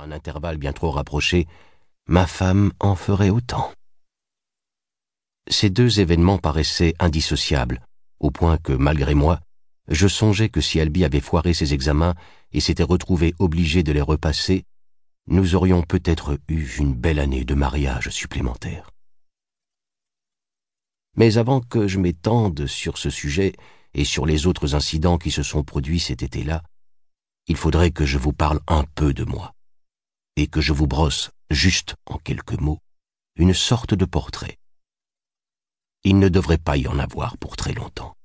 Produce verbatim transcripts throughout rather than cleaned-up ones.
un intervalle bien trop rapproché, ma femme en ferait autant. Ces deux événements paraissaient indissociables, au point que, malgré moi, je songeais que si Alby avait foiré ses examens et s'était retrouvé obligé de les repasser, nous aurions peut-être eu une belle année de mariage supplémentaire. Mais avant que je m'étende sur ce sujet et sur les autres incidents qui se sont produits cet été-là, il faudrait que je vous parle un peu de moi, et que je vous brosse, juste en quelques mots, une sorte de portrait. Il ne devrait pas y en avoir pour très longtemps.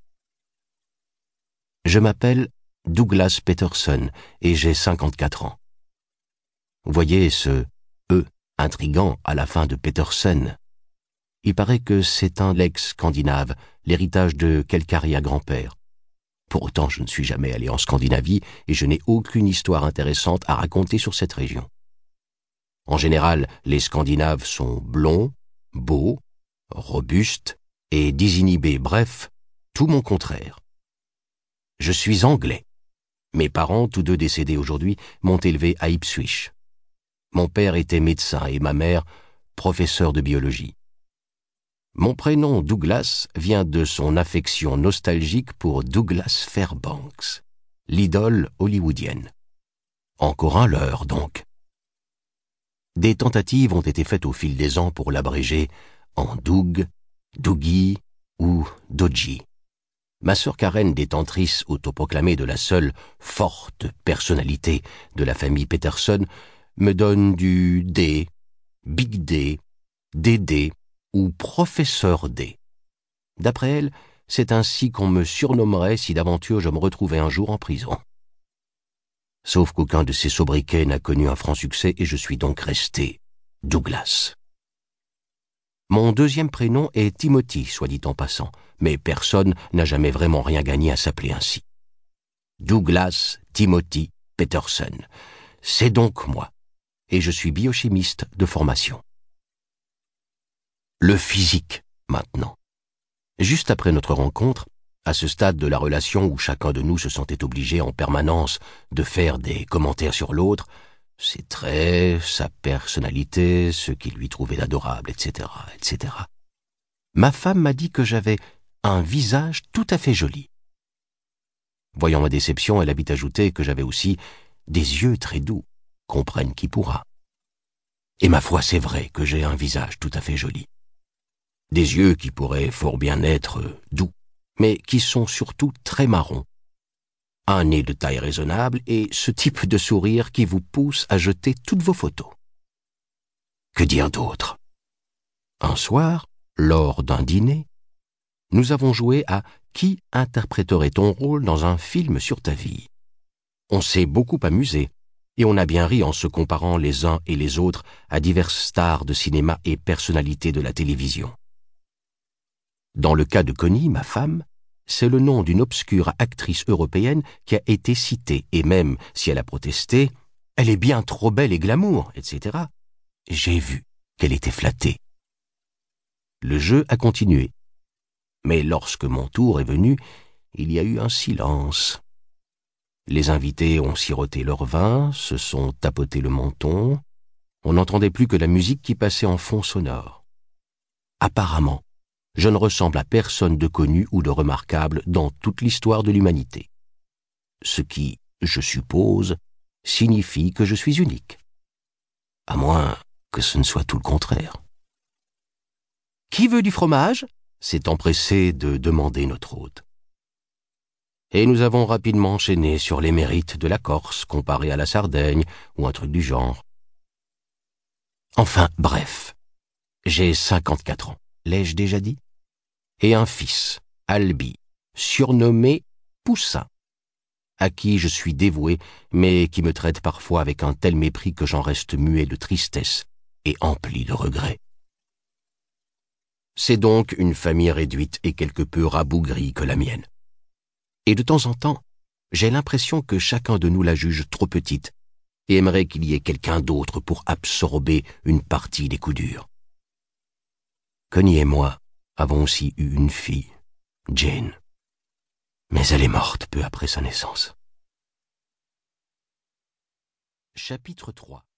Je m'appelle Douglas Peterson et j'ai cinquante-quatre ans. Vous voyez ce « E » intrigant à la fin de Peterson. Il paraît que c'est un legs scandinave, l'héritage de quelque arrière-grand-père. Pour autant, je ne suis jamais allé en Scandinavie et je n'ai aucune histoire intéressante à raconter sur cette région. En général, les Scandinaves sont blonds, beaux, robustes et désinhibés, bref, tout mon contraire. Je suis anglais. Mes parents, tous deux décédés aujourd'hui, m'ont élevé à Ipswich. Mon père était médecin et ma mère, professeure de biologie. Mon prénom Douglas vient de son affection nostalgique pour Douglas Fairbanks, l'idole hollywoodienne. Encore un leurre, donc. Des tentatives ont été faites au fil des ans pour l'abréger en Doug, Dougie ou Dodgy. Ma sœur Karen, détentrice autoproclamée de la seule forte personnalité de la famille Peterson, me donne du D, Big D, Dédé ou Professeur D. D'après elle, c'est ainsi qu'on me surnommerait si d'aventure je me retrouvais un jour en prison. Sauf qu'aucun de ces sobriquets n'a connu un franc succès et je suis donc resté Douglas. Mon deuxième prénom est Timothy, soit dit en passant, mais personne n'a jamais vraiment rien gagné à s'appeler ainsi. Douglas Timothy Peterson, c'est donc moi, et je suis biochimiste de formation. Le physique, maintenant. Juste après notre rencontre, à ce stade de la relation où chacun de nous se sentait obligé en permanence de faire des commentaires sur l'autre, ses traits, sa personnalité, ce qu'il lui trouvait adorable, et cetera, et cetera. Ma femme m'a dit que j'avais un visage tout à fait joli. Voyant ma déception, elle a vite ajouté que j'avais aussi des yeux très doux, comprenne qui pourra. Et ma foi, c'est vrai que j'ai un visage tout à fait joli. Des yeux qui pourraient fort bien être doux, mais qui sont surtout très marrons. Un nez de taille raisonnable et ce type de sourire qui vous pousse à jeter toutes vos photos. Que dire d'autre? Un soir, lors d'un dîner, nous avons joué à « Qui interpréterait ton rôle dans un film sur ta vie ?» On s'est beaucoup amusé, et on a bien ri en se comparant les uns et les autres à diverses stars de cinéma et personnalités de la télévision. Dans le cas de Connie, ma femme, c'est le nom d'une obscure actrice européenne qui a été citée, et même si elle a protesté, « Elle est bien trop belle et glamour, et cetera » J'ai vu qu'elle était flattée. Le jeu a continué. Mais lorsque mon tour est venu, il y a eu un silence. Les invités ont siroté leur vin, se sont tapoté le menton. On n'entendait plus que la musique qui passait en fond sonore. Apparemment, je ne ressemble à personne de connu ou de remarquable dans toute l'histoire de l'humanité. Ce qui, je suppose, signifie que je suis unique. À moins que ce ne soit tout le contraire. « Qui veut du fromage ?» s'est empressé de demander notre hôte. Et nous avons rapidement enchaîné sur les mérites de la Corse comparée à la Sardaigne ou un truc du genre. Enfin, bref, j'ai cinquante-quatre ans, l'ai-je déjà dit? Et un fils, Alby, surnommé Poussin, à qui je suis dévoué, mais qui me traite parfois avec un tel mépris que j'en reste muet de tristesse et empli de regrets. C'est donc une famille réduite et quelque peu rabougrie que la mienne. Et de temps en temps, j'ai l'impression que chacun de nous la juge trop petite et aimerait qu'il y ait quelqu'un d'autre pour absorber une partie des coups durs. Connie et moi avons aussi eu une fille, Jane, mais elle est morte peu après sa naissance. Chapitre trois.